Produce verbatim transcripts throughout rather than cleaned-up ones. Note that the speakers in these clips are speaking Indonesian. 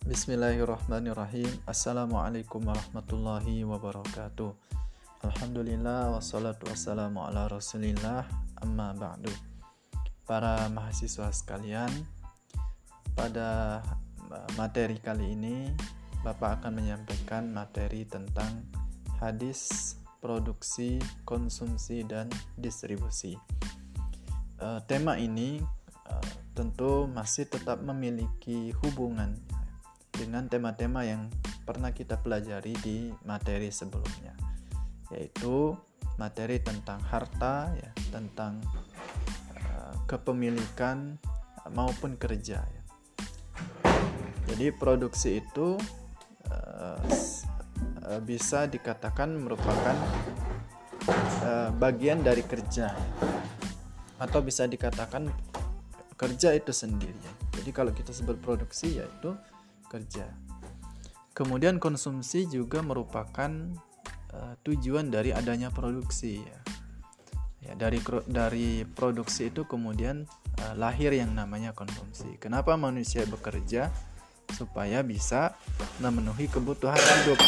Bismillahirrahmanirrahim. Assalamualaikum warahmatullahi wabarakatuh. Alhamdulillah wassalatu wassalamu ala rasulillah, amma ba'du. Para mahasiswa sekalian, pada materi kali ini Bapak akan menyampaikan materi tentang hadis, produksi, konsumsi, dan distribusi. Uh, tema ini uh, tentu masih tetap memiliki hubungan dengan tema-tema yang pernah kita pelajari di materi sebelumnya, yaitu materi tentang harta, ya, tentang uh, kepemilikan maupun kerja. Ya. Jadi produksi itu uh, uh, bisa dikatakan merupakan uh, bagian dari kerja, ya. Atau bisa dikatakan kerja itu sendiri. Ya. Jadi kalau kita sebut produksi, yaitu kerja. Kemudian konsumsi juga merupakan uh, tujuan dari adanya produksi, ya. Ya, dari dari produksi itu kemudian uh, lahir yang namanya konsumsi. Kenapa manusia bekerja? Supaya bisa memenuhi kebutuhan hidup.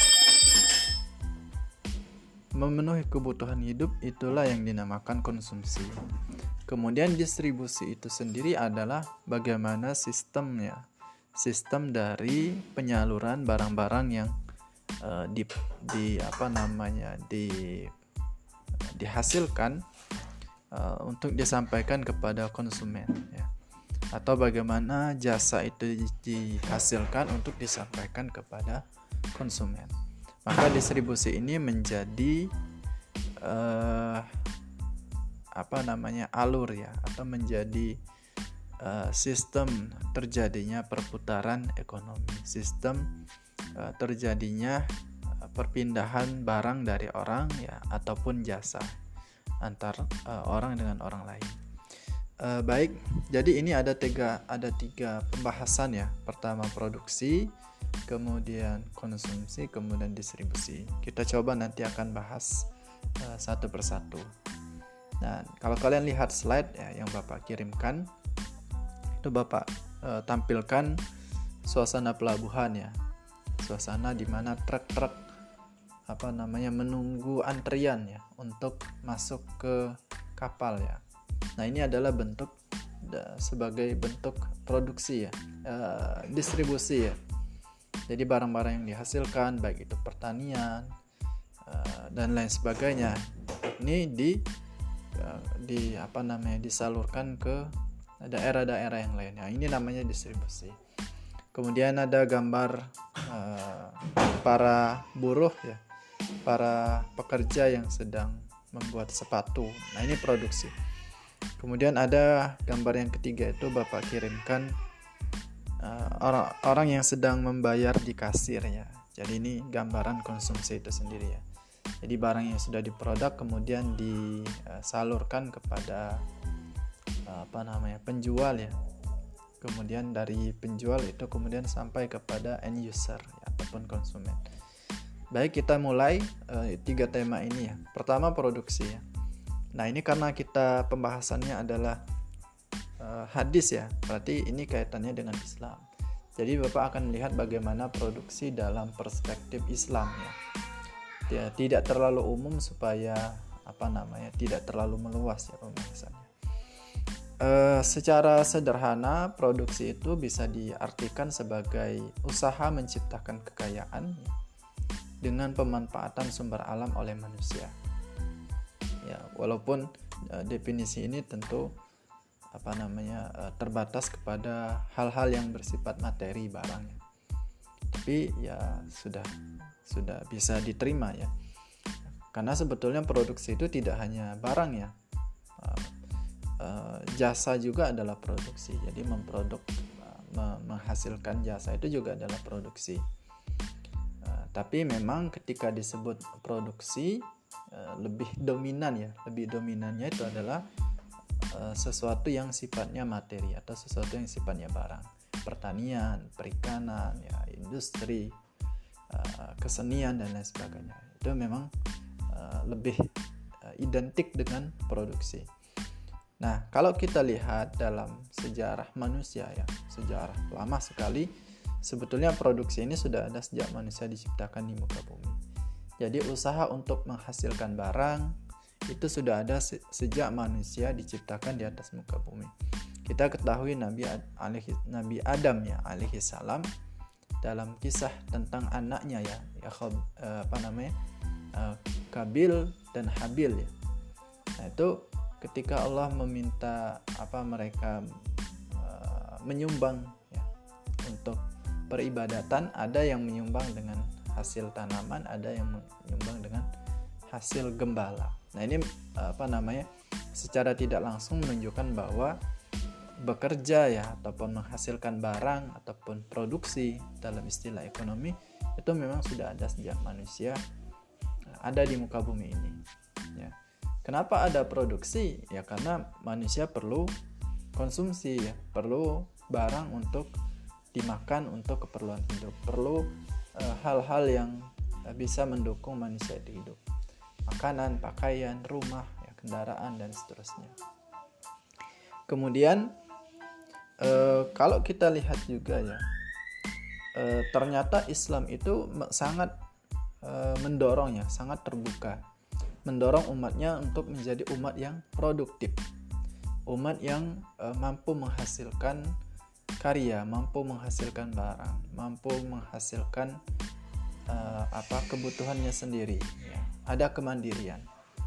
Memenuhi kebutuhan hidup itulah yang dinamakan konsumsi. Kemudian distribusi itu sendiri adalah bagaimana sistemnya. Sistem dari penyaluran barang-barang yang uh, di, di apa namanya di dihasilkan uh, untuk disampaikan kepada konsumen, ya. Atau bagaimana jasa itu dihasilkan untuk disampaikan kepada konsumen. Maka distribusi ini menjadi uh, apa namanya alur, ya, atau menjadi Uh, sistem terjadinya perputaran ekonomi, sistem uh, terjadinya uh, perpindahan barang dari orang, ya, ataupun jasa antar uh, orang dengan orang lain. Uh, baik, jadi ini ada tiga ada tiga pembahasan, ya. Pertama produksi, kemudian konsumsi, kemudian distribusi. Kita coba nanti akan bahas uh, satu persatu. Nah, kalau kalian lihat slide, ya, yang Bapak kirimkan, itu Bapak e, tampilkan suasana pelabuhan, ya, suasana di mana truk-truk apa namanya menunggu antrian, ya, untuk masuk ke kapal, ya. Nah, ini adalah bentuk da, sebagai bentuk produksi, ya, e, distribusi, ya. Jadi barang-barang yang dihasilkan baik itu pertanian e, dan lain sebagainya ini di e, di apa namanya disalurkan ke daerah-daerah yang lainnya. Ini namanya distribusi. Kemudian ada gambar uh, para buruh, ya, para pekerja yang sedang membuat sepatu. Nah, ini produksi. Kemudian ada gambar yang ketiga, itu Bapak kirimkan uh, orang orang yang sedang membayar di kasir, ya. Jadi ini gambaran konsumsi itu sendiri, ya. Jadi barang yang sudah diproduk kemudian disalurkan kepada apa namanya penjual, ya. Kemudian dari penjual itu kemudian sampai kepada end user, ya, ataupun konsumen. Baik, kita mulai e, tiga tema ini, ya. Pertama produksi, ya. Nah, ini karena kita pembahasannya adalah e, hadis, ya. Berarti ini kaitannya dengan Islam. Jadi Bapak akan melihat bagaimana produksi dalam perspektif Islam, ya. Ya, tidak terlalu umum supaya apa namanya tidak terlalu meluas, ya, pembahasannya. Uh, secara sederhana, produksi itu bisa diartikan sebagai usaha menciptakan kekayaan, ya, dengan pemanfaatan sumber alam oleh manusia. Ya, walaupun uh, definisi ini tentu apa namanya uh, terbatas kepada hal-hal yang bersifat materi barang, ya. Tapi ya sudah sudah bisa diterima, ya. Karena sebetulnya produksi itu tidak hanya barang, ya. Uh, Uh, jasa juga adalah produksi. Jadi memproduk uh, menghasilkan jasa itu juga adalah produksi. Uh, tapi memang ketika disebut produksi uh, lebih dominan, ya, lebih dominannya itu adalah uh, sesuatu yang sifatnya materi atau sesuatu yang sifatnya barang. Pertanian, perikanan, ya, industri, uh, kesenian dan lain sebagainya. Itu memang uh, lebih uh, identik dengan produksi. Nah, kalau kita lihat dalam sejarah manusia, ya, sejarah lama sekali, sebetulnya produksi ini sudah ada sejak manusia diciptakan di muka bumi. Jadi usaha untuk menghasilkan barang itu sudah ada se- sejak manusia diciptakan di atas muka bumi. Kita ketahui Nabi alaihi Nabi Adam ya alaihi salam dalam kisah tentang anaknya ya, ya apa namanya? Kabil dan Habil ya. Nah, itu ketika Allah meminta apa mereka uh, menyumbang ya, untuk peribadatan, ada yang menyumbang dengan hasil tanaman, ada yang menyumbang dengan hasil gembala. Nah, ini apa namanya? Secara tidak langsung menunjukkan bahwa bekerja ya ataupun menghasilkan barang ataupun produksi dalam istilah ekonomi itu memang sudah ada sejak manusia ada di muka bumi ini ya. Kenapa ada produksi? Ya karena manusia perlu konsumsi ya, perlu barang untuk dimakan untuk keperluan hidup, perlu uh, hal-hal yang uh, bisa mendukung manusia itu hidup, makanan, pakaian, rumah ya, kendaraan dan seterusnya. Kemudian uh, kalau kita lihat juga ya, uh, ternyata Islam itu sangat mendorongnya, sangat terbuka, mendorong umatnya untuk menjadi umat yang produktif, umat yang uh, mampu menghasilkan karya, mampu menghasilkan barang, mampu menghasilkan uh, apa kebutuhannya sendiri. Ya. Ada kemandirian.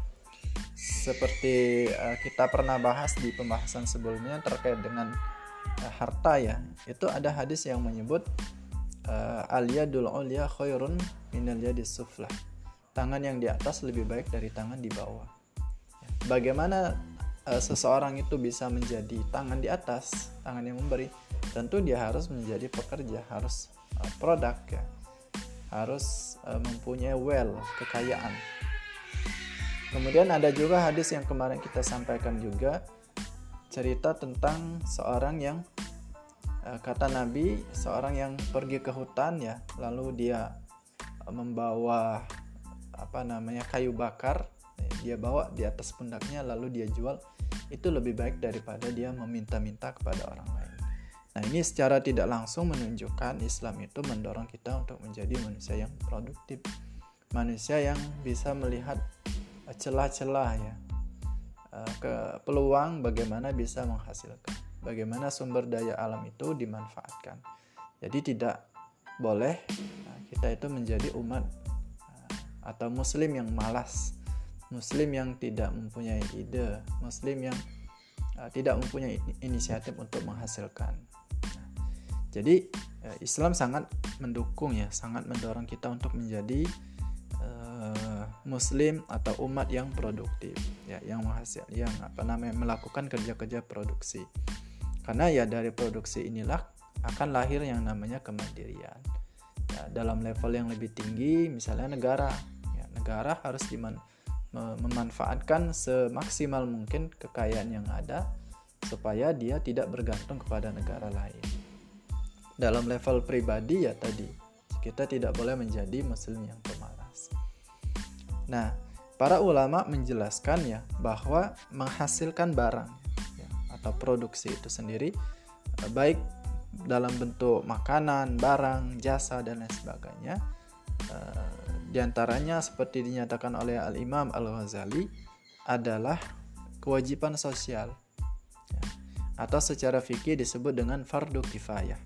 Seperti uh, kita pernah bahas di pembahasan sebelumnya terkait dengan uh, harta ya, itu ada hadis yang menyebut Uh, al-yadul ulya khairun minal yadis suflah. Tangan yang di atas lebih baik dari tangan di bawah. Bagaimana uh, seseorang itu bisa menjadi tangan di atas, tangan yang memberi? Tentu dia harus menjadi pekerja, harus uh, produk ya. Harus uh, mempunyai wealth, kekayaan. Kemudian ada juga hadis yang kemarin kita sampaikan juga, cerita tentang seorang yang kata Nabi, seorang yang pergi ke hutan ya, lalu dia membawa apa namanya kayu bakar, dia bawa di atas pundaknya lalu dia jual, itu lebih baik daripada dia meminta-minta kepada orang lain. Nah, ini secara tidak langsung menunjukkan Islam itu mendorong kita untuk menjadi manusia yang produktif, manusia yang bisa melihat celah-celah ya, ke peluang bagaimana bisa menghasilkan, bagaimana sumber daya alam itu dimanfaatkan. Jadi tidak boleh kita itu menjadi umat atau muslim yang malas, muslim yang tidak mempunyai ide, muslim yang tidak mempunyai inisiatif untuk menghasilkan. Jadi Islam sangat mendukung ya, sangat mendorong kita untuk menjadi uh, muslim atau umat yang produktif ya, yang menghasil, yang apa namanya melakukan kerja-kerja produksi. Karena ya dari produksi inilah akan lahir yang namanya kemandirian. Ya, dalam level yang lebih tinggi, misalnya negara, ya, negara harus diman, mem- memanfaatkan semaksimal mungkin kekayaan yang ada supaya dia tidak bergantung kepada negara lain. Dalam level pribadi ya tadi, kita tidak boleh menjadi muslim yang pemalas. Nah, para ulama menjelaskan ya bahwa menghasilkan barang atau produksi itu sendiri, baik dalam bentuk makanan, barang, jasa dan lain sebagainya, di antaranya seperti dinyatakan oleh Al-Imam Al-Ghazali adalah kewajiban sosial atau secara fikih disebut dengan fardu kifayah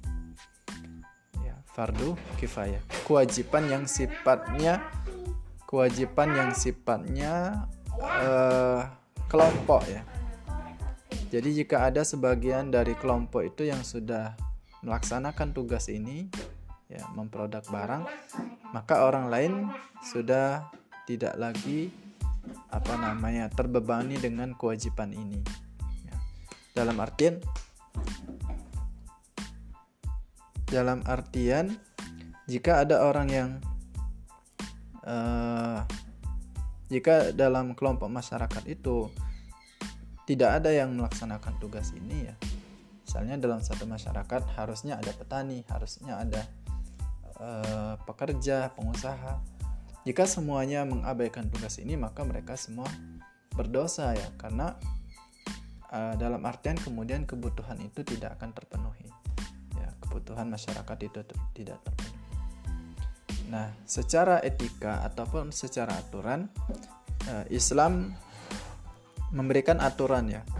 ya, fardu kifayah, kewajiban yang sifatnya kewajiban yang sifatnya uh, kelompok ya. Jadi jika ada sebagian dari kelompok itu yang sudah melaksanakan tugas ini, ya, memproduk barang, maka orang lain sudah tidak lagi apa namanya terbebani dengan kewajiban ini. Ya. Dalam artian, dalam artian jika ada orang yang uh, jika dalam kelompok masyarakat itu tidak ada yang melaksanakan tugas ini ya. Misalnya dalam satu masyarakat harusnya ada petani, harusnya ada uh, pekerja, pengusaha. Jika semuanya mengabaikan tugas ini, maka mereka semua berdosa ya, karena uh, dalam artian kemudian kebutuhan itu tidak akan terpenuhi. Ya, kebutuhan masyarakat itu tidak terpenuhi. Nah, secara etika ataupun secara aturan, Islam memberikan aturan ya,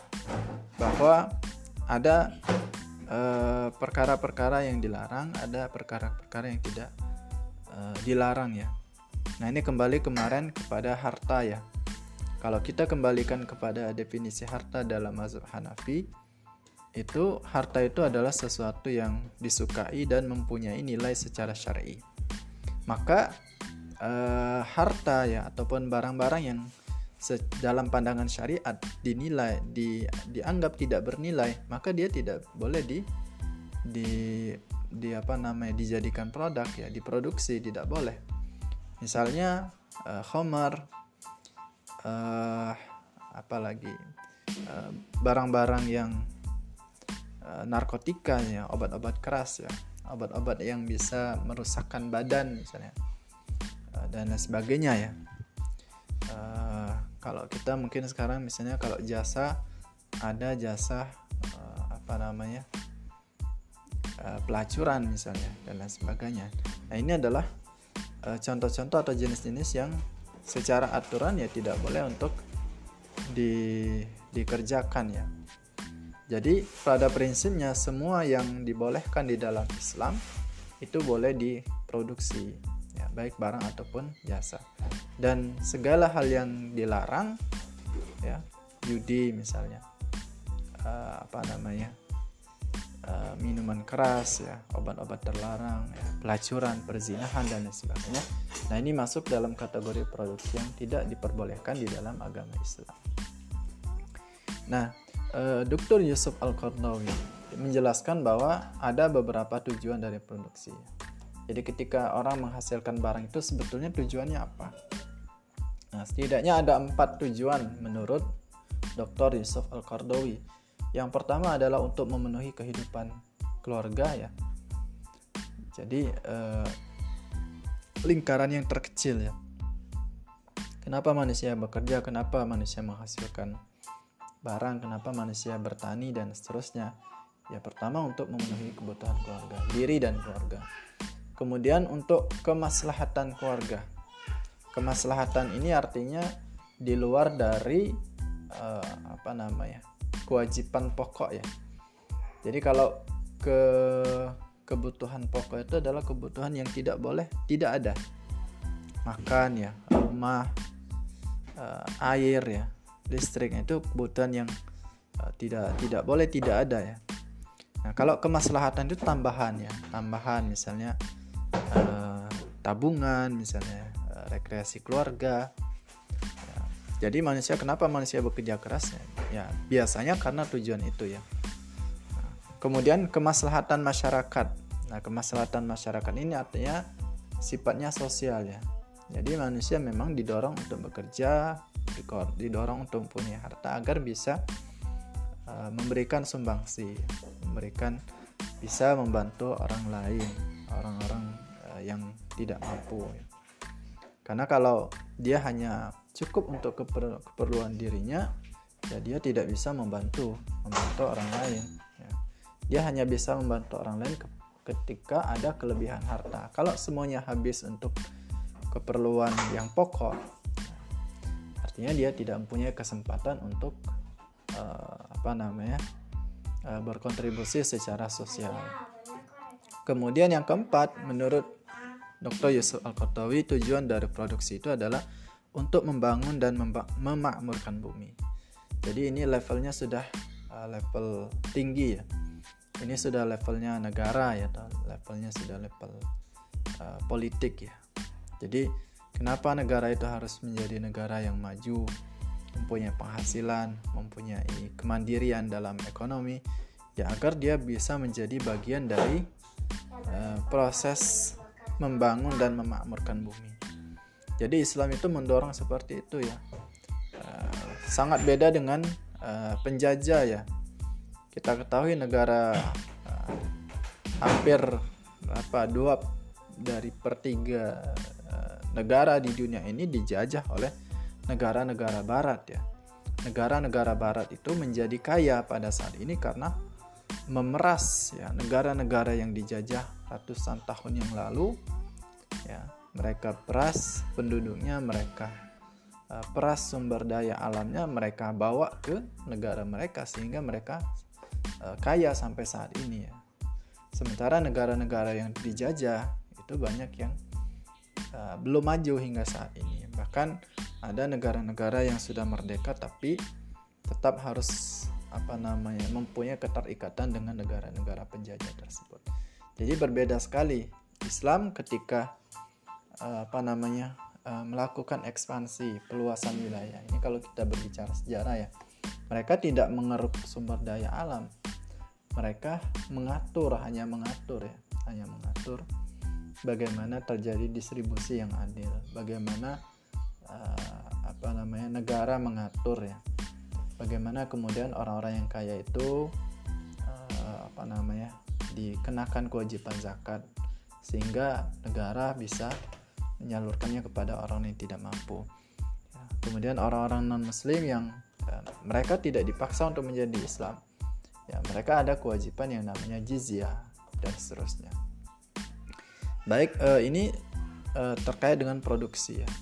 bahwa ada eh, perkara-perkara yang dilarang, ada perkara-perkara yang tidak eh, dilarang ya. Nah, ini kembali kemarin kepada harta ya. Kalau kita kembalikan kepada definisi harta dalam mazhab Hanafi, itu harta itu adalah sesuatu yang disukai dan mempunyai nilai secara syar'i. Maka eh, harta ya ataupun barang-barang yang se- dalam pandangan syariat dinilai di, dianggap tidak bernilai, maka dia tidak boleh di di di apa namanya dijadikan produk ya, diproduksi, tidak boleh. Misalnya eh, khamar, eh, apalagi eh, barang-barang yang eh, narkotika ya, obat-obat keras ya, obat-obat yang bisa merusakkan badan misalnya uh, dan lain sebagainya ya. Uh, kalau kita mungkin sekarang misalnya kalau jasa, ada jasa uh, apa namanya uh, pelacuran misalnya dan lain sebagainya. Nah, ini adalah uh, contoh-contoh atau jenis-jenis yang secara aturan ya tidak boleh untuk di, dikerjakan ya. Jadi pada prinsipnya semua yang dibolehkan di dalam Islam itu boleh diproduksi ya, baik barang ataupun jasa. Dan segala hal yang dilarang ya, judi misalnya, uh, apa namanya uh, minuman keras ya, obat-obat terlarang ya, pelacuran, perzinahan dan lain sebagainya. Nah, ini masuk dalam kategori produksi yang tidak diperbolehkan di dalam agama Islam. Nah, Uh, Doktor Yusuf Al-Qaradawi menjelaskan bahwa ada beberapa tujuan dari produksi. Jadi ketika orang menghasilkan barang itu sebetulnya tujuannya apa? Nah, setidaknya ada empat tujuan menurut Doktor Yusuf Al-Qaradawi. Yang pertama adalah untuk memenuhi kehidupan keluarga ya. Jadi uh, lingkaran yang terkecil ya. Kenapa manusia bekerja? Kenapa manusia menghasilkan barang, kenapa manusia bertani dan seterusnya. Ya, pertama untuk memenuhi kebutuhan keluarga, diri dan keluarga. Kemudian untuk kemaslahatan keluarga. Kemaslahatan ini artinya di luar dari uh, apa namanya? kewajiban pokok ya. Jadi kalau ke kebutuhan pokok itu adalah kebutuhan yang tidak boleh tidak ada. Makan ya, rumah, uh, air ya, listrik, itu kebutuhan yang uh, tidak tidak boleh tidak ada ya. Nah, kalau kemaslahatan itu tambahan ya, tambahan misalnya uh, tabungan, misalnya uh, rekreasi keluarga. Ya, jadi manusia, kenapa manusia bekerja keras ya? Ya biasanya karena tujuan itu ya. Nah, kemudian kemaslahatan masyarakat. Nah, kemaslahatan masyarakat ini artinya sifatnya sosial ya. Jadi manusia memang didorong untuk bekerja, didorong untuk mempunyai harta agar bisa uh, memberikan sumbangsi, memberikan bisa membantu orang lain, orang-orang uh, yang tidak mampu. Karena kalau dia hanya cukup untuk keper- keperluan dirinya, ya dia tidak bisa membantu, membantu orang lain. Ya. Dia hanya bisa membantu orang lain ke- ketika ada kelebihan harta. Kalau semuanya habis untuk keperluan yang pokok, artinya dia tidak mempunyai kesempatan untuk uh, apa namanya uh, berkontribusi secara sosial. Kemudian yang keempat, menurut Doktor Yusuf Al-Qaradawi, tujuan dari produksi itu adalah untuk membangun dan memba- memakmurkan bumi. Jadi ini levelnya sudah uh, level tinggi ya. Ini sudah levelnya negara ya, atau levelnya sudah level uh, politik ya. Jadi kenapa negara itu harus menjadi negara yang maju, mempunyai penghasilan, mempunyai kemandirian dalam ekonomi, ya agar dia bisa menjadi bagian dari uh, proses membangun dan memakmurkan bumi. Jadi Islam itu mendorong seperti itu ya. Uh, sangat beda dengan uh, penjajah ya. Kita ketahui negara uh, hampir berapa dua dari pertiga negara di dunia ini dijajah oleh negara-negara barat ya. Negara-negara barat itu menjadi kaya pada saat ini karena memeras ya negara-negara yang dijajah ratusan tahun yang lalu. Ya, mereka peras penduduknya, mereka uh, peras sumber daya alamnya, mereka bawa ke negara mereka sehingga mereka uh, kaya sampai saat ini ya. Sementara negara-negara yang dijajah itu banyak yang uh, belum maju hingga saat ini. Bahkan ada negara-negara yang sudah merdeka tapi tetap harus apa namanya mempunyai keterikatan dengan negara-negara penjajah tersebut. Jadi berbeda sekali Islam ketika uh, apa namanya uh, melakukan ekspansi peluasan wilayah. Ini kalau kita berbicara sejarah ya, mereka tidak mengeruk sumber daya alam, mereka mengatur, hanya mengatur ya, hanya mengatur bagaimana terjadi distribusi yang adil, bagaimana uh, apa namanya negara mengatur ya. Bagaimana kemudian orang-orang yang kaya itu uh, apa namanya dikenakan kewajiban zakat sehingga negara bisa menyalurkannya kepada orang yang tidak mampu. Ya, kemudian orang-orang non-Muslim yang uh, mereka tidak dipaksa untuk menjadi Islam, ya mereka ada kewajiban yang namanya jizyah dan seterusnya. Baik, uh, ini uh, terkait dengan produksi ya.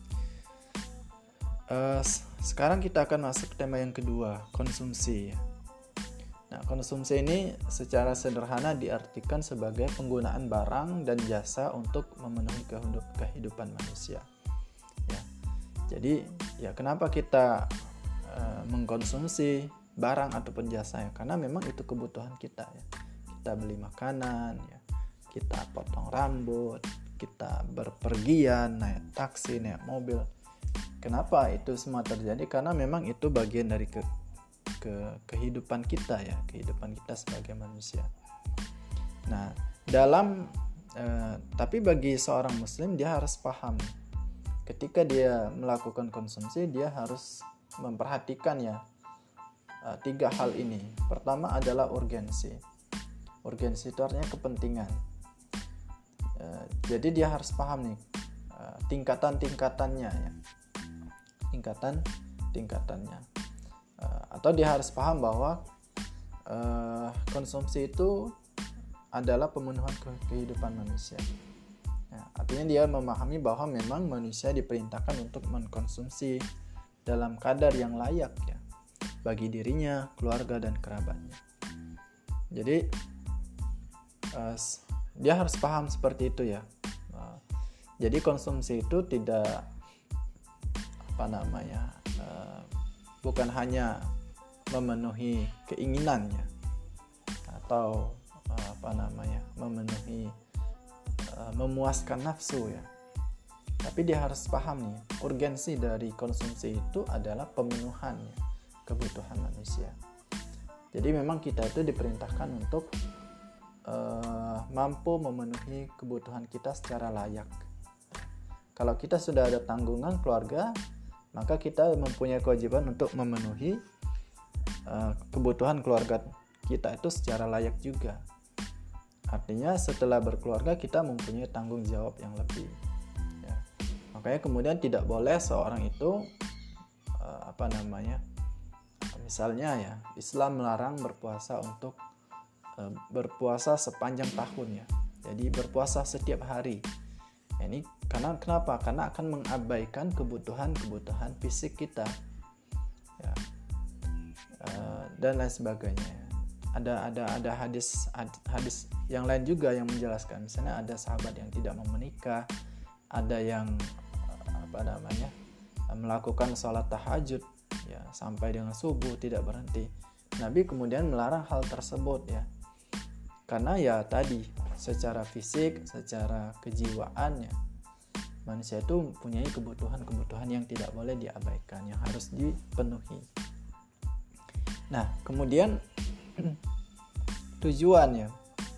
Uh, sekarang kita akan masuk ke tema yang kedua, konsumsi. Nah, konsumsi ini secara sederhana diartikan sebagai penggunaan barang dan jasa untuk memenuhi kehidupan manusia. Ya, jadi ya kenapa kita uh, mengkonsumsi barang ataupun jasa ya? Karena memang itu kebutuhan kita ya. Kita beli makanan ya, kita potong rambut, kita berpergian, naik taksi, naik mobil. Kenapa itu semua terjadi? Karena memang itu bagian dari ke, ke kehidupan kita ya, kehidupan kita sebagai manusia. Nah, dalam eh, tapi bagi seorang Muslim dia harus paham, ketika dia melakukan konsumsi dia harus memperhatikan ya eh, tiga hal ini. Pertama adalah urgensi. Urgensi itu artinya kepentingan. Eh, jadi dia harus paham nih eh, tingkatan-tingkatannya ya. tingkatan tingkatannya uh, atau dia harus paham bahwa uh, konsumsi itu adalah pemenuhan ke- kehidupan manusia. Nah, artinya dia memahami bahwa memang manusia diperintahkan untuk mengkonsumsi dalam kadar yang layak ya bagi dirinya, keluarga dan kerabatnya. Jadi uh, dia harus paham seperti itu ya. Uh, jadi konsumsi itu tidak apa namanya uh, bukan hanya memenuhi keinginannya atau uh, apa namanya memenuhi uh, memuaskan nafsu ya, tapi dia harus paham nih urgensi dari konsumsi itu adalah pemenuhan ya, kebutuhan manusia. Jadi memang kita itu diperintahkan untuk uh, mampu memenuhi kebutuhan kita secara layak. Kalau kita sudah ada tanggungan keluarga, maka kita mempunyai kewajiban untuk memenuhi uh, kebutuhan keluarga kita itu secara layak juga. Artinya setelah berkeluarga kita mempunyai tanggung jawab yang lebih. Ya. Makanya kemudian tidak boleh seorang itu uh, apa namanya, misalnya ya Islam melarang berpuasa untuk uh, berpuasa sepanjang tahun ya. Jadi berpuasa setiap hari. Ini karena kenapa? Karena akan mengabaikan kebutuhan-kebutuhan fisik kita, ya, uh, dan lain sebagainya. Ada ada ada hadis hadis yang lain juga yang menjelaskan. Misalnya ada sahabat yang tidak mau menikah, ada yang uh, apa namanya melakukan sholat tahajud, ya sampai dengan subuh tidak berhenti. Nabi kemudian melarang hal tersebut ya, karena ya tadi secara fisik, secara kejiwaan ya, manusia itu mempunyai kebutuhan-kebutuhan yang tidak boleh diabaikan, yang harus dipenuhi. Nah, kemudian tujuannya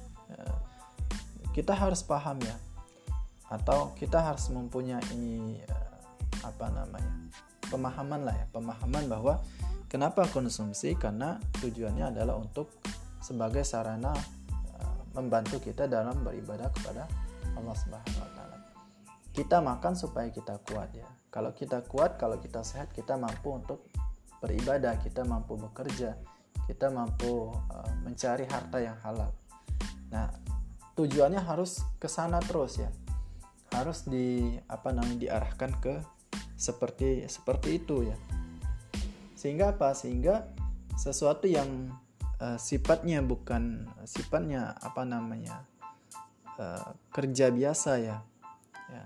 kita harus paham ya, atau kita harus mempunyai apa namanya pemahaman lah ya, pemahaman bahwa kenapa konsumsi, karena tujuannya adalah untuk sebagai sarana membantu kita dalam beribadah kepada Allah Subhanahu wa taala. Kita makan supaya kita kuat ya. Kalau kita kuat, kalau kita sehat, kita mampu untuk beribadah, kita mampu bekerja, kita mampu uh, mencari harta yang halal. Nah, tujuannya harus ke sana terus ya. Harus di apa namanya diarahkan ke seperti seperti itu ya. Sehingga apa? Sehingga sesuatu yang uh, sifatnya bukan sifatnya apa namanya uh, kerja biasa ya. Ya.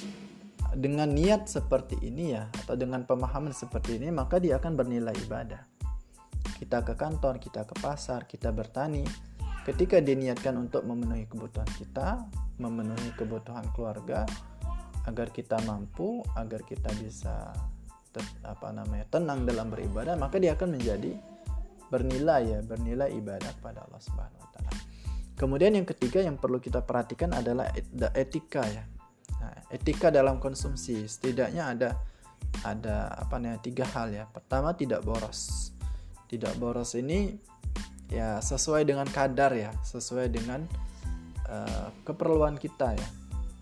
Dengan niat seperti ini ya, atau dengan pemahaman seperti ini, maka dia akan bernilai ibadah. Kita ke kantor, kita ke pasar, kita bertani, ketika diniatkan untuk memenuhi kebutuhan kita, memenuhi kebutuhan keluarga, agar kita mampu, agar kita bisa ter, apa namanya tenang dalam beribadah, maka dia akan menjadi bernilai ya, bernilai ibadah kepada Allah Subhanahu wa taala. Kemudian yang ketiga yang perlu kita perhatikan adalah etika ya. Nah, etika dalam konsumsi, setidaknya ada ada apa namanya tiga hal ya. Pertama, tidak boros. Tidak boros ini ya sesuai dengan kadar ya, sesuai dengan uh, keperluan kita ya.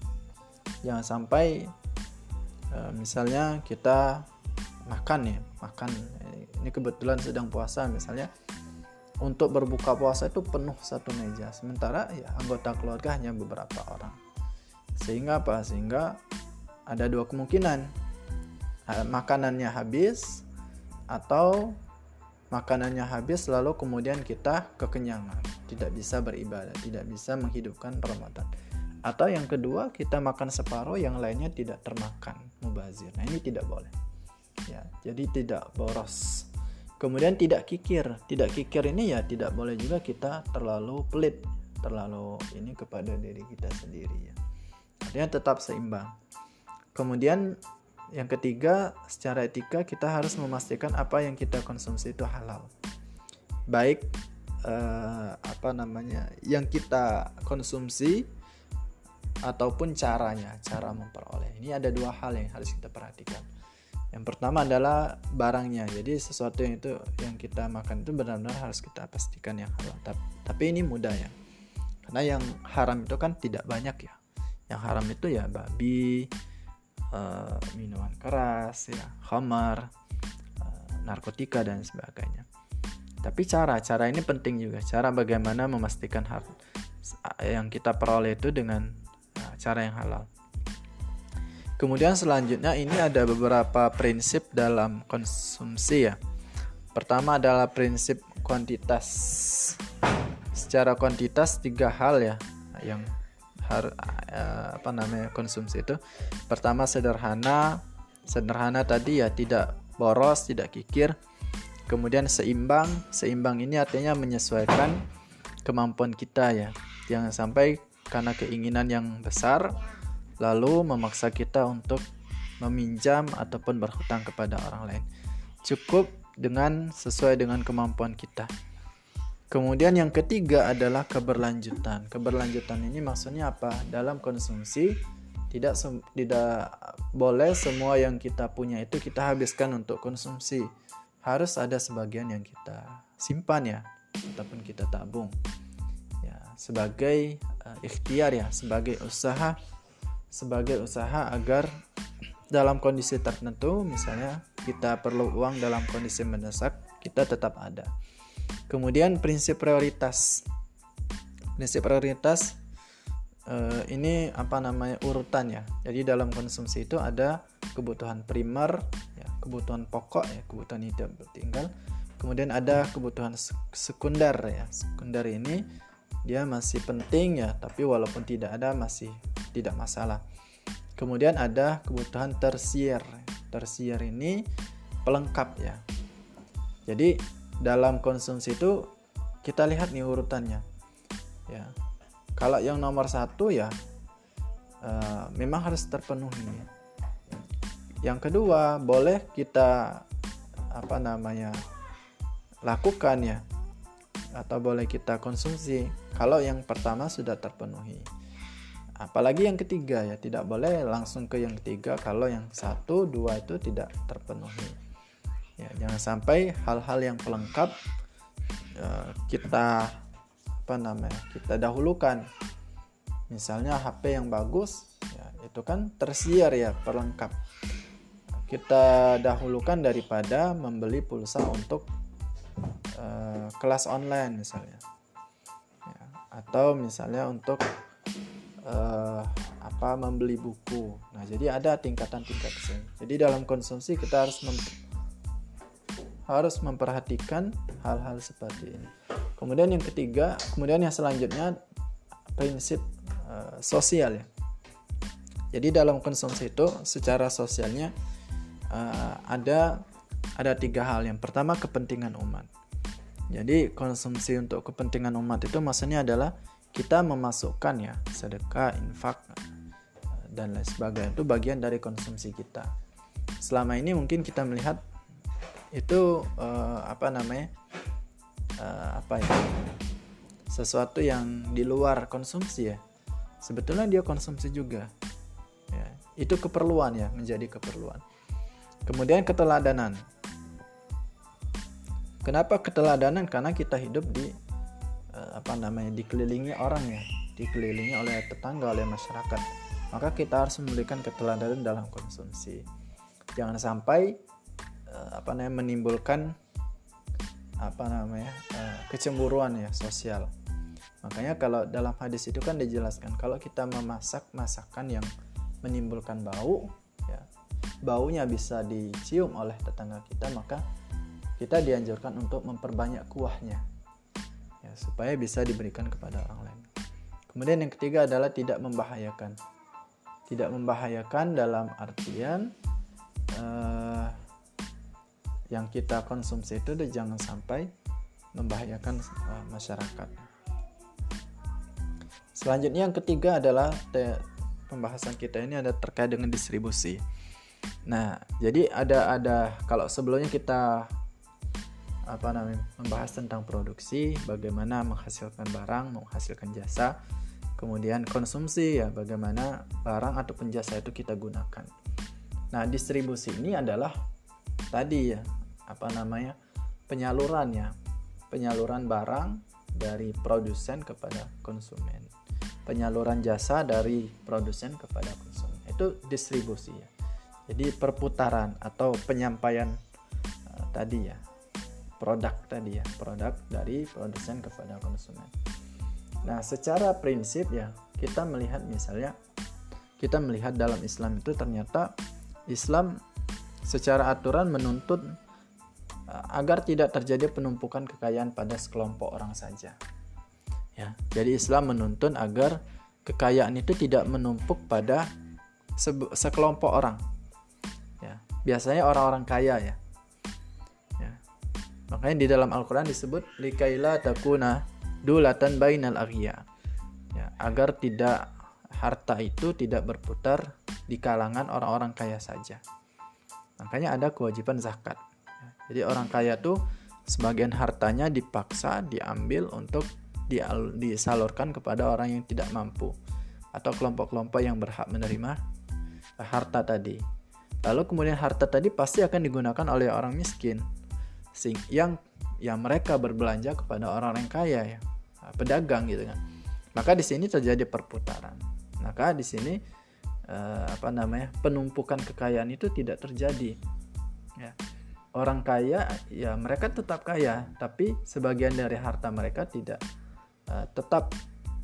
Jangan sampai uh, misalnya kita makan ya, makan ini kebetulan sedang puasa misalnya, untuk berbuka puasa itu penuh satu meja, sementara ya anggota keluarga hanya beberapa orang. Sehingga apa? Sehingga ada dua kemungkinan, makanannya habis atau makanannya habis lalu kemudian kita kekenyangan, tidak bisa beribadah, tidak bisa menghidupkan Ramadan. Atau yang kedua, kita makan separuh, yang lainnya tidak termakan, mubazir. Nah, ini tidak boleh ya, jadi tidak boros. Kemudian tidak kikir. Tidak kikir ini ya tidak boleh juga kita terlalu pelit, terlalu ini kepada diri kita sendiri ya. Artinya tetap seimbang. Kemudian yang ketiga, secara etika kita harus memastikan apa yang kita konsumsi itu halal. Baik eh, apa namanya yang kita konsumsi ataupun caranya, cara memperoleh. Ini ada dua hal yang harus kita perhatikan. Yang pertama adalah barangnya. Jadi sesuatu yang itu yang kita makan itu benar-benar harus kita pastikan yang halal. Tapi ini mudah ya. Karena yang haram itu kan tidak banyak ya. Yang haram itu ya babi, uh, minuman keras, ya, khamar, uh, narkotika dan sebagainya. Tapi cara, cara ini penting juga. Cara bagaimana memastikan hal yang kita peroleh itu dengan uh, cara yang halal. Kemudian selanjutnya ini ada beberapa prinsip dalam konsumsi ya. Pertama adalah prinsip kuantitas. Secara kuantitas tiga hal ya yang har, apa namanya konsumsi itu. Pertama sederhana, sederhana tadi ya tidak boros, tidak kikir. Kemudian seimbang, seimbang ini artinya menyesuaikan kemampuan kita ya. Jangan sampai karena keinginan yang besar lalu memaksa kita untuk meminjam ataupun berhutang kepada orang lain. Cukup dengan sesuai dengan kemampuan kita. Kemudian yang ketiga adalah keberlanjutan. Keberlanjutan ini maksudnya apa? Dalam konsumsi tidak sem- tidak boleh semua yang kita punya itu kita habiskan untuk konsumsi. Harus ada sebagian yang kita simpan ya, ataupun kita tabung. Ya, sebagai uh, ikhtiar ya, sebagai usaha sebagai usaha agar dalam kondisi tertentu, misalnya kita perlu uang dalam kondisi mendesak, kita tetap ada. Kemudian prinsip prioritas. Prinsip prioritas eh, ini apa namanya urutan ya. Jadi dalam konsumsi itu ada kebutuhan primer, ya, kebutuhan pokok ya, kebutuhan hidup tinggal. Kemudian ada kebutuhan sekunder ya. Sekunder ini dia masih penting ya, tapi walaupun tidak ada masih tidak masalah. Kemudian ada kebutuhan tersier. Tersier ini pelengkap ya. Jadi dalam konsumsi itu kita lihat nih urutannya. Ya. Kalau yang nomor satu ya uh, memang harus terpenuhi. Yang kedua boleh kita apa namanya lakukan ya, atau boleh kita konsumsi kalau yang pertama sudah terpenuhi. Apalagi yang ketiga ya, tidak boleh langsung ke yang ketiga kalau yang satu, dua itu tidak terpenuhi. Ya, jangan sampai hal-hal yang pelengkap uh, kita apa namanya kita dahulukan. Misalnya H P yang bagus, ya, itu kan tersier ya, pelengkap. Kita dahulukan daripada membeli pulsa untuk uh, kelas online misalnya, ya, atau misalnya untuk uh, apa membeli buku. Nah, jadi ada tingkatan-tingkat sini. Jadi dalam konsumsi kita harus mem- harus memperhatikan hal-hal seperti ini. Kemudian yang ketiga, kemudian yang selanjutnya prinsip uh, sosial ya. Jadi dalam konsumsi itu secara sosialnya uh, ada ada tiga hal. Yang pertama, kepentingan umat. Jadi konsumsi untuk kepentingan umat itu maksudnya adalah kita memasukkan ya sedekah, infak dan lain sebagainya, itu bagian dari konsumsi kita. Selama ini mungkin kita melihat itu uh, apa namanya uh, apa ya sesuatu yang di luar konsumsi ya. Sebetulnya dia konsumsi juga. Ya, itu keperluan ya, menjadi keperluan. Kemudian keteladanan. Kenapa keteladanan? Karena kita hidup di uh, apa namanya dikelilingi orang ya, dikelilingi oleh tetangga, oleh masyarakat. Maka kita harus memberikan keteladanan dalam konsumsi. Jangan sampai uh, apa namanya menimbulkan apa namanya uh, kecemburuan ya sosial. Makanya kalau dalam hadis itu kan dijelaskan kalau kita memasak masakan yang menimbulkan bau, ya, baunya bisa dicium oleh tetangga kita, maka kita dianjurkan untuk memperbanyak kuahnya, ya, supaya bisa diberikan kepada orang lain. Kemudian yang ketiga adalah tidak membahayakan. Tidak membahayakan dalam artian uh, yang kita konsumsi itu jangan sampai membahayakan uh, masyarakat. Selanjutnya yang ketiga adalah te- pembahasan kita ini ada terkait dengan distribusi. Nah, jadi ada ada kalau sebelumnya kita apa namanya membahas tentang produksi, bagaimana menghasilkan barang, menghasilkan jasa. Kemudian konsumsi ya, bagaimana barang atau jasa itu kita gunakan. Nah, distribusi ini adalah tadi ya, apa namanya? penyaluran ya. Penyaluran barang dari produsen kepada konsumen. Penyaluran jasa dari produsen kepada konsumen. Itu distribusi ya. Jadi perputaran atau penyampaian uh, tadi ya. Produk tadi ya, produk dari produsen kepada konsumen. Nah, secara prinsip ya, kita melihat misalnya, kita melihat dalam Islam itu ternyata Islam secara aturan menuntut uh, agar tidak terjadi penumpukan kekayaan pada sekelompok orang saja. Ya, jadi Islam menuntun agar kekayaan itu tidak menumpuk pada se- sekelompok orang. Ya, biasanya orang-orang kaya ya. Ya. Makanya di dalam Al-Quran disebut likaila takuna dulatan bainal aghniya, ya, agar tidak harta itu tidak berputar di kalangan orang-orang kaya saja. Makanya ada kewajiban zakat. Ya, jadi orang kaya tuh sebagian hartanya dipaksa diambil untuk disalurkan kepada orang yang tidak mampu atau kelompok-kelompok yang berhak menerima harta tadi. Lalu kemudian harta tadi pasti akan digunakan oleh orang miskin yang yang mereka berbelanja kepada orang-orang kaya ya, pedagang gitu kan. Maka di sini terjadi perputaran. Maka di sini eh, apa namanya penumpukan kekayaan itu tidak terjadi. Ya. Orang kaya ya mereka tetap kaya, tapi sebagian dari harta mereka tidak eh, tetap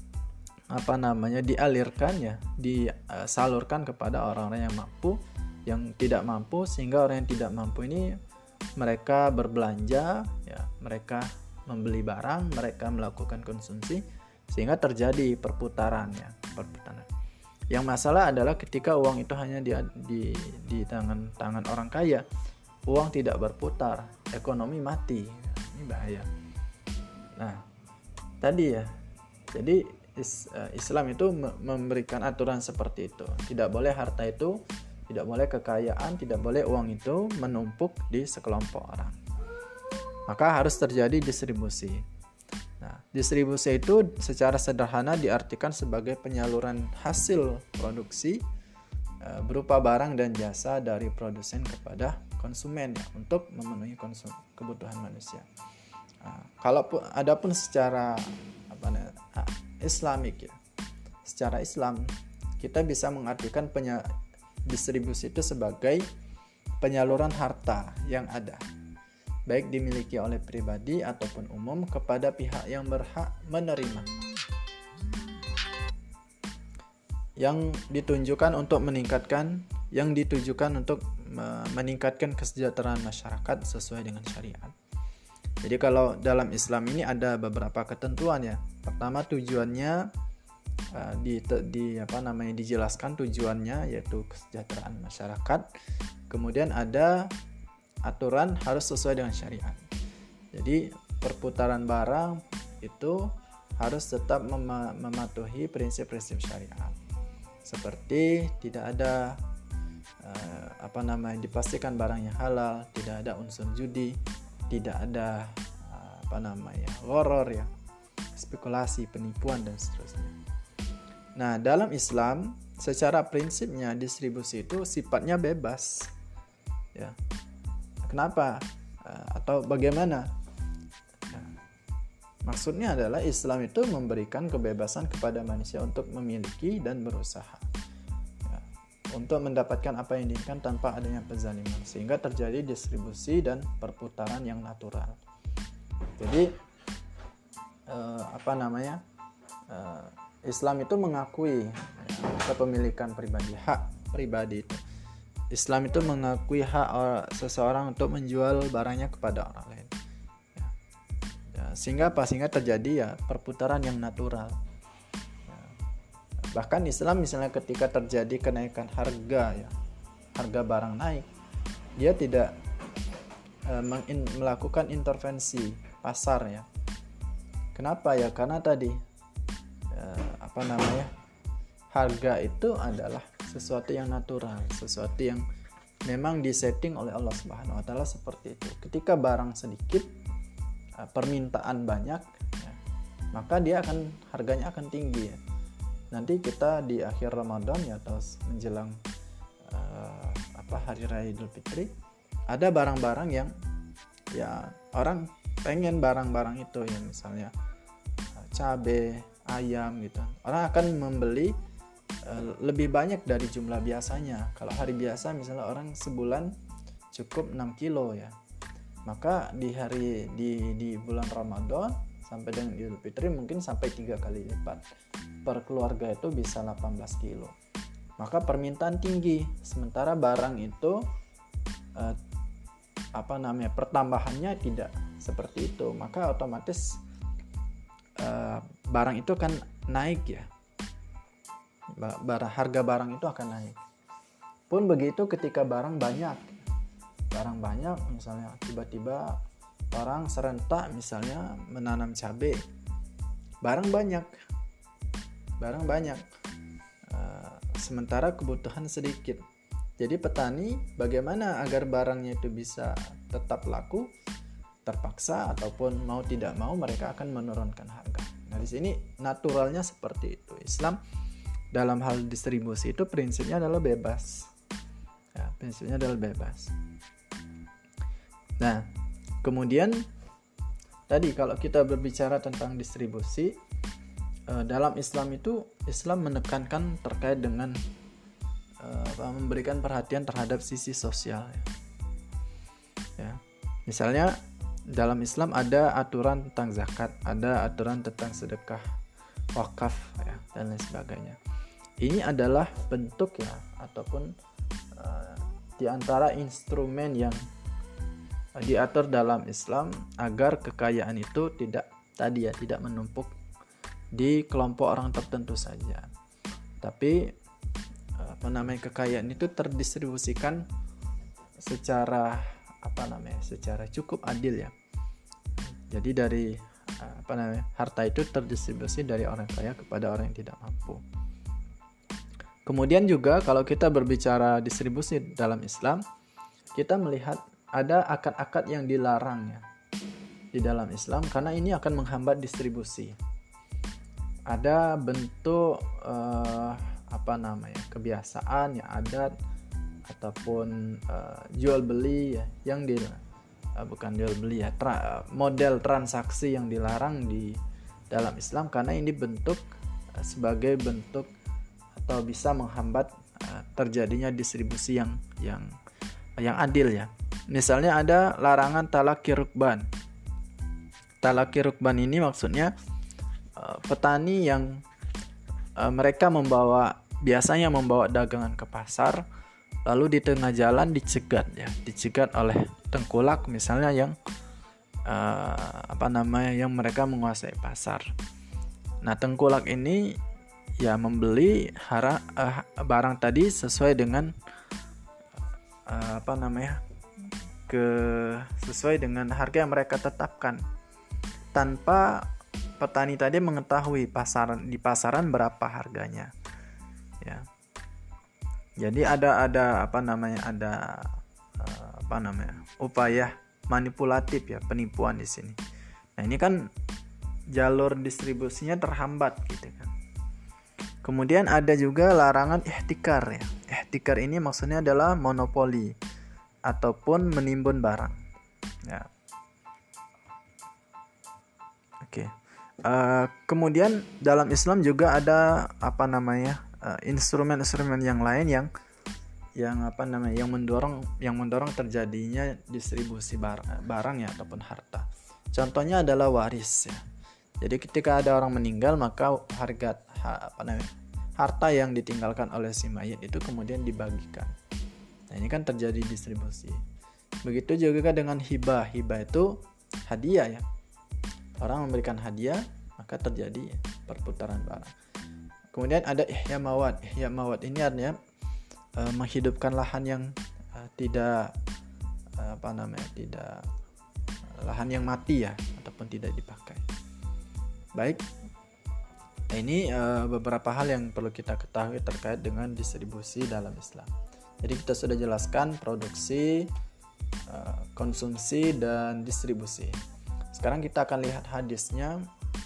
apa namanya dialirkan ya, disalurkan kepada orang-orang yang mampu, yang tidak mampu, sehingga orang yang tidak mampu ini mereka berbelanja ya, mereka membeli barang, mereka melakukan konsumsi sehingga terjadi perputaran ya, perputaran. Yang masalah adalah ketika uang itu hanya di di, di tangan tangan orang kaya, uang tidak berputar, ekonomi mati. Ini bahaya. Nah, tadi ya. Jadi is, uh, Islam itu memberikan aturan seperti itu. Tidak boleh harta itu, tidak boleh kekayaan, tidak boleh uang itu menumpuk di sekelompok orang. Maka harus terjadi distribusi. Nah, distribusi itu secara sederhana diartikan sebagai penyaluran hasil produksi e, berupa barang dan jasa dari produsen kepada konsumen ya, untuk memenuhi konsum, kebutuhan manusia. Nah, kalaupun adapun secara apa namanya Islamik ya, secara Islam kita bisa mengartikan penya, distribusi itu sebagai penyaluran harta yang ada baik dimiliki oleh pribadi ataupun umum, kepada pihak yang berhak menerima, yang ditunjukkan untuk meningkatkan yang ditujukan untuk meningkatkan kesejahteraan masyarakat sesuai dengan syariat. Jadi kalau dalam Islam ini ada beberapa ketentuan ya. Pertama, tujuannya uh, di, di apa namanya dijelaskan tujuannya, yaitu kesejahteraan masyarakat. Kemudian ada aturan harus sesuai dengan syariat. Jadi perputaran barang itu harus tetap mem- mematuhi prinsip-prinsip syariat. Seperti tidak ada uh, apa namanya dipastikan barangnya halal, tidak ada unsur judi, tidak ada uh, apa namanya gharar ya, spekulasi, penipuan dan seterusnya. Nah, dalam Islam secara prinsipnya distribusi itu sifatnya bebas. Ya. Kenapa? Uh, atau bagaimana? Nah, maksudnya adalah Islam itu memberikan kebebasan kepada manusia untuk memiliki dan berusaha, ya, untuk mendapatkan apa yang diinginkan tanpa adanya kezaliman, sehingga terjadi distribusi dan perputaran yang natural. Jadi uh, apa namanya? Uh, Islam itu mengakui ya, kepemilikan pribadi, hak pribadi itu. Islam itu mengakui hak or, seseorang untuk menjual barangnya kepada orang lain. Ya. Ya, sehingga apa? Sehingga terjadi ya perputaran yang natural. Ya. Bahkan Islam misalnya ketika terjadi kenaikan harga ya, harga barang naik, dia tidak eh, mengin, melakukan intervensi pasar ya. Kenapa ya? Karena tadi eh, apa namanya? Harga itu adalah sesuatu yang natural, sesuatu yang memang disetting oleh Allah Subhanahu wa taala seperti itu. Ketika barang sedikit, permintaan banyak, ya, maka dia akan harganya akan tinggi ya. Nanti kita di akhir Ramadan ya atau menjelang uh, apa hari raya Idul Fitri, ada barang-barang yang ya orang pengen barang-barang itu ya, misalnya uh, cabai, ayam gitu. Orang akan membeli lebih banyak dari jumlah biasanya. Kalau hari biasa misalnya orang sebulan cukup enam kilo ya, maka di hari di di bulan Ramadan sampai dengan Idul Fitri mungkin sampai tiga kali lipat. Per keluarga itu bisa delapan belas kilo. Maka permintaan tinggi, sementara barang itu eh, apa namanya pertambahannya tidak seperti itu, maka otomatis eh, barang itu kan naik ya. Barang, harga barang itu akan naik. Pun begitu ketika barang banyak, barang banyak misalnya tiba-tiba orang serentak misalnya menanam cabai, barang banyak, barang banyak, uh, sementara kebutuhan sedikit. Jadi petani bagaimana agar barangnya itu bisa tetap laku? Terpaksa ataupun mau tidak mau mereka akan menurunkan harga. Nah di sini naturalnya seperti itu. Islam dalam hal distribusi itu prinsipnya adalah bebas. Ya, prinsipnya adalah bebas. Nah, kemudian tadi kalau kita berbicara tentang distribusi, eh, dalam Islam itu Islam menekankan terkait dengan eh, memberikan perhatian terhadap sisi sosial. Ya. Misalnya dalam Islam ada aturan tentang zakat, ada aturan tentang sedekah, wakaf ya, dan lain sebagainya. Ini adalah bentuk ya ataupun uh, di antara instrumen yang uh, diatur dalam Islam agar kekayaan itu tidak tadi ya tidak menumpuk di kelompok orang tertentu saja. Tapi uh, apa namanya kekayaan itu terdistribusikan secara apa namanya secara cukup adil ya. Jadi dari uh, apa namanya harta itu terdistribusi dari orang kaya kepada orang yang tidak mampu. Kemudian juga kalau kita berbicara distribusi dalam Islam, kita melihat ada akad-akad yang dilarang ya di dalam Islam karena ini akan menghambat distribusi. Ada bentuk eh, apa namanya kebiasaan ya adat ataupun eh, jual beli ya yang di eh, bukan jual beli ya tra, model transaksi yang dilarang di dalam Islam karena ini bentuk eh, sebagai bentuk atau bisa menghambat uh, terjadinya distribusi yang yang yang adil ya. Misalnya ada larangan talaki rukban. Talaki rukban ini maksudnya uh, petani yang uh, mereka membawa biasanya membawa dagangan ke pasar, lalu di tengah jalan dicegat ya, dicegat oleh tengkulak misalnya yang uh, apa namanya yang mereka menguasai pasar. Nah, tengkulak ini ya membeli hara, uh, barang tadi sesuai dengan uh, apa namanya ke sesuai dengan harga yang mereka tetapkan tanpa petani tadi mengetahui pasaran di pasaran berapa harganya ya. Jadi ada ada apa namanya ada uh, apa namanya upaya manipulatif ya, penipuan di sini. Nah, ini kan jalur distribusinya terhambat gitu kan. Kemudian ada juga larangan ihtikar ya. Ihtikar ini maksudnya adalah monopoli ataupun menimbun barang. Ya. Oke. Uh, kemudian dalam Islam juga ada apa namanya uh, instrumen-instrumen yang lain yang yang apa namanya yang mendorong yang mendorong terjadinya distribusi barang, barang ya ataupun harta. Contohnya adalah waris ya. Jadi ketika ada orang meninggal maka harga ha, apa namanya harta yang ditinggalkan oleh si mayit itu kemudian dibagikan. Nah, ini kan terjadi distribusi. Begitu juga dengan hibah. Hibah itu hadiah ya. Orang memberikan hadiah maka terjadi perputaran barang. Kemudian ada ihya mawad. Ihya mawad ini artinya uh, menghidupkan lahan yang uh, tidak uh, apa namanya tidak uh, lahan yang mati ya ataupun tidak dipakai. Baik, nah, ini uh, beberapa hal yang perlu kita ketahui terkait dengan distribusi dalam Islam. Jadi kita sudah jelaskan produksi, uh, konsumsi, dan distribusi. Sekarang kita akan lihat hadisnya.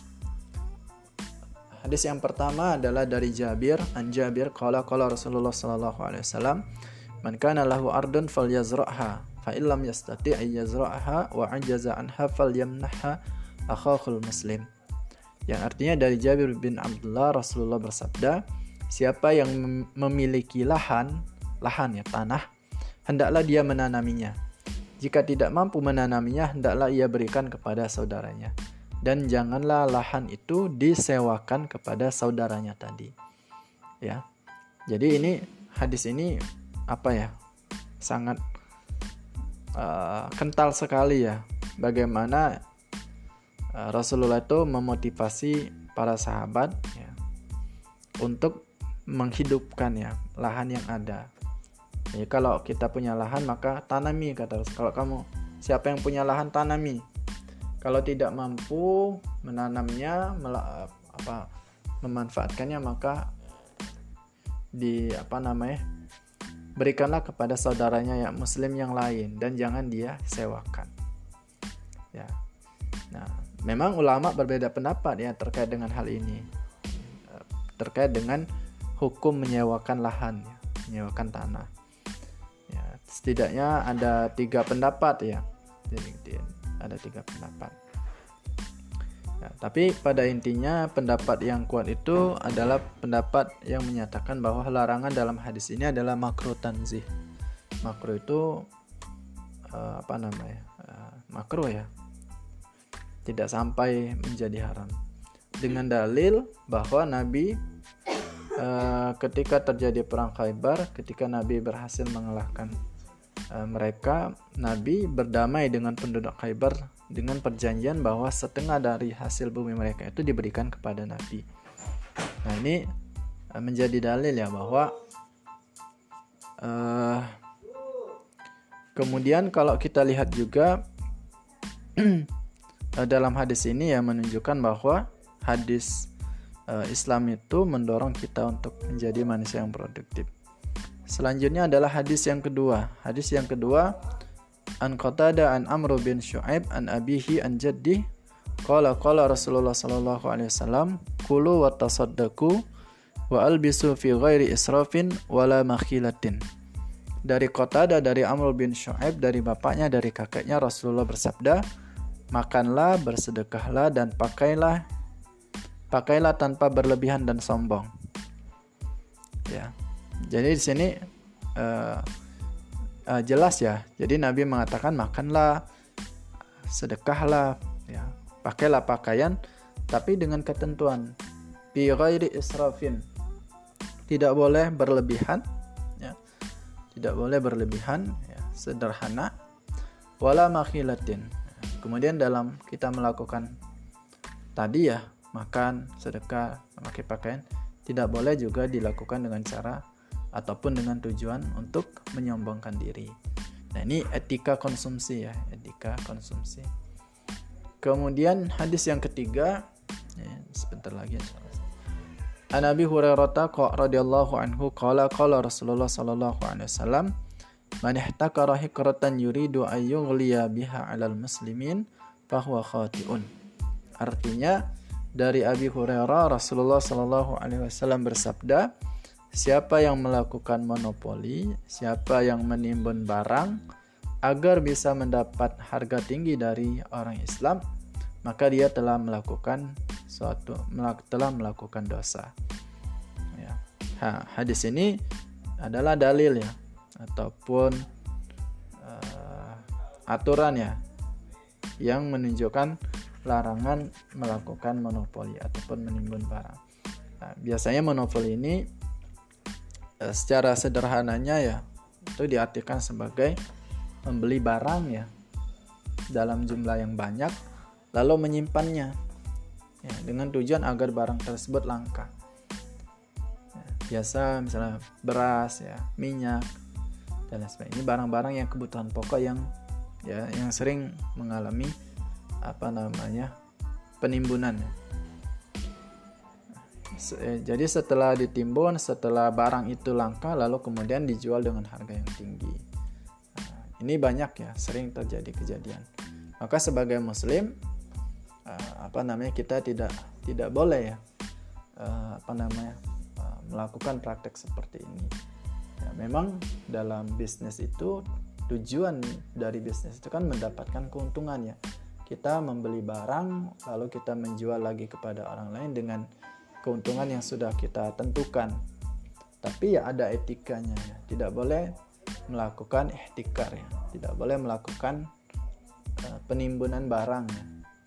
Hadis yang pertama adalah dari Jabir, an Jabir qala qala Rasulullah sallallahu alaihi wasallam, man kana lahu ardun falyazra'ha fa illam yastati' ay yazra'ha wa ajaza anha falyamnahha akhahul muslim. Yang artinya dari Jabir bin Abdullah, Rasulullah bersabda, siapa yang memiliki lahan, lahan ya tanah, hendaklah dia menanaminya. Jika tidak mampu menanaminya, hendaklah ia berikan kepada saudaranya. Dan janganlah lahan itu disewakan kepada saudaranya tadi. Ya. Jadi ini hadis ini apa ya? Sangat uh, kental sekali ya. Bagaimana Rasulullah itu memotivasi para sahabat ya, untuk menghidupkan ya lahan yang ada. Jadi kalau kita punya lahan maka tanami, kata Rasul. Kalau kamu siapa yang punya lahan tanami. Kalau tidak mampu menanamnya, mela, apa memanfaatkannya maka di apa namanya berikanlah kepada saudaranya yang muslim yang lain dan jangan dia sewakan. Ya. Nah, memang ulama berbeda pendapat ya terkait dengan hal ini, terkait dengan hukum menyewakan lahan, ya, menyewakan tanah. Ya, setidaknya ada tiga pendapat ya, jadi ada tiga pendapat. Ya, tapi pada intinya pendapat yang kuat itu adalah pendapat yang menyatakan bahwa larangan dalam hadis ini adalah makruh tanzih. Makruh itu uh, apa namanya? Uh, makruh ya. Tidak sampai menjadi haram. Dengan dalil bahwa Nabi e, ketika terjadi perang Khaybar, ketika Nabi berhasil mengalahkan e, mereka, Nabi berdamai dengan penduduk Khaybar dengan perjanjian bahwa setengah dari hasil bumi mereka itu diberikan kepada Nabi. Nah, ini e, menjadi dalil ya bahwa e, kemudian kalau kita lihat juga dalam hadis ini ya menunjukkan bahwa hadis uh, Islam itu mendorong kita untuk menjadi manusia yang produktif. Selanjutnya adalah hadis yang kedua. Hadis yang kedua, an Qatadah an Amr bin Syu'aib an abihi an jaddi qala qala Rasulullah sallallahu alaihi wasallam kulu wa tasaddaqu wa albisu fi ghairi israfin wala makhilatin. Dari Qatadah dari Amr bin Syu'aib dari bapaknya dari kakeknya Rasulullah bersabda, makanlah, bersedekahlah, dan pakailah, pakailah tanpa berlebihan dan sombong. Ya, jadi di sini uh, uh, jelas ya. Jadi Nabi mengatakan makanlah, sedekahlah, ya, pakailah pakaian, tapi dengan ketentuan bi ghairi israfin, tidak boleh berlebihan, ya, tidak boleh berlebihan, ya, sederhana, wala makhilatin. Kemudian dalam kita melakukan tadi ya, makan, sedekah, memakai pakaian, tidak boleh juga dilakukan dengan cara ataupun dengan tujuan untuk menyombongkan diri. Nah, ini etika konsumsi ya, etika konsumsi. Kemudian hadis yang ketiga, ya, sebentar lagi insyaallah. An Abi Hurairah radhiyallahu anhu qala qala Rasulullah sallallahu alaihi wasallam, man ihtakara hikratan yuridu ay yughliya biha 'alal muslimin fahuwa khati'un. Artinya dari Abi Hurairah, Rasulullah sallallahu alaihi wasallam bersabda, siapa yang melakukan monopoli, siapa yang menimbun barang agar bisa mendapat harga tinggi dari orang Islam, maka dia telah melakukan suatu telah melakukan dosa. Ya. Ha, hadis ini adalah dalil ya, ataupun uh, aturan ya, yang menunjukkan larangan melakukan monopoli ataupun menimbun barang. Nah, biasanya monopoli ini uh, secara sederhananya ya, itu diartikan sebagai membeli barang ya dalam jumlah yang banyak, lalu menyimpannya ya, dengan tujuan agar barang tersebut langka. Ya, biasa misalnya beras ya, minyak dan lain sebagainya. Ini barang-barang yang kebutuhan pokok yang ya yang sering mengalami apa namanya penimbunan. Jadi setelah ditimbun, setelah barang itu langka, lalu kemudian dijual dengan harga yang tinggi. Nah, ini banyak ya, sering terjadi kejadian. Maka sebagai Muslim, apa namanya kita tidak tidak boleh ya apa namanya melakukan praktek seperti ini. Ya, memang dalam bisnis itu tujuan dari bisnis itu kan mendapatkan keuntungan ya. Kita membeli barang lalu kita menjual lagi kepada orang lain dengan keuntungan yang sudah kita tentukan. Tapi ya ada etikanya ya. Tidak boleh melakukan ihtikar ya. Tidak boleh melakukan uh, penimbunan barang ya.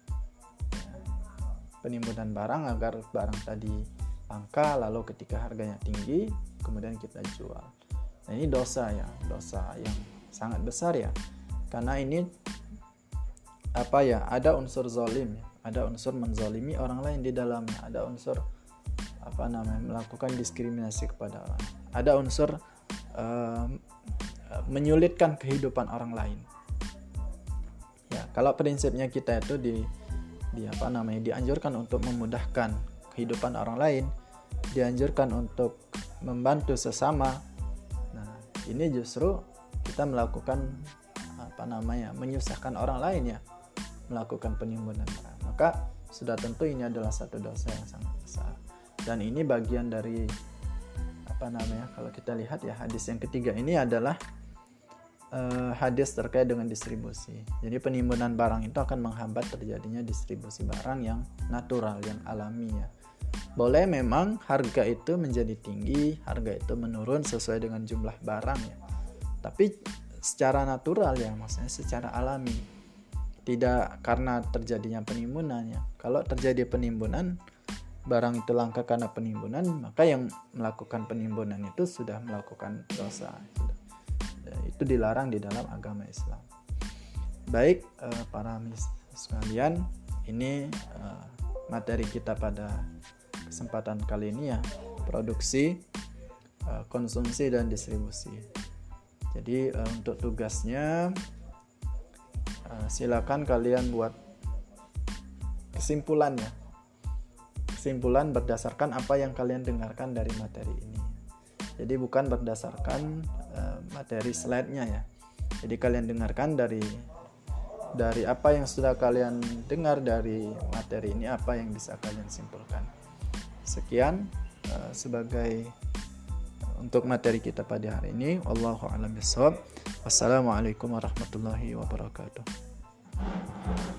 Penimbunan barang agar barang tadi langka lalu ketika harganya tinggi kemudian kita jual. Nah, ini dosa ya, dosa yang sangat besar ya. Karena ini apa ya, ada unsur zalim ya, ada unsur menzalimi orang lain di dalamnya, ada unsur apa namanya melakukan diskriminasi kepada orang, ada unsur uh, menyulitkan kehidupan orang lain. Ya, kalau prinsipnya kita itu di di apa namanya dianjurkan untuk memudahkan kehidupan orang lain, dianjurkan untuk membantu sesama. Nah, ini justru kita melakukan apa namanya menyusahkan orang lain ya, melakukan penimbunan barang. Maka sudah tentu ini adalah satu dosa yang sangat besar. Dan ini bagian dari apa namanya kalau kita lihat ya, hadis yang ketiga ini adalah uh, hadis terkait dengan distribusi. Jadi penimbunan barang itu akan menghambat terjadinya distribusi barang yang natural, yang alami ya. Boleh memang harga itu menjadi tinggi, harga itu menurun sesuai dengan jumlah barang ya. Tapi secara natural ya, maksudnya secara alami. Tidak karena terjadinya penimbunan ya. Kalau terjadi penimbunan, barang itu langka karena penimbunan, maka yang melakukan penimbunan itu sudah melakukan dosa. Sudah. Itu dilarang di dalam agama Islam. Baik eh, para sekalian, ini eh, materi kita pada kesempatan kali ini ya, produksi, eh, konsumsi dan distribusi. Jadi eh, untuk tugasnya uh, silakan kalian buat kesimpulan ya. Kesimpulan berdasarkan apa yang kalian dengarkan dari materi ini. Jadi bukan berdasarkan uh, materi slide-nya ya. Jadi kalian dengarkan dari dari apa yang sudah kalian dengar dari materi ini, apa yang bisa kalian simpulkan. Sekian uh, sebagai untuk materi kita pada hari ini. Wallahu a'lam bishawab. Wassalamualaikum warahmatullahi wabarakatuh.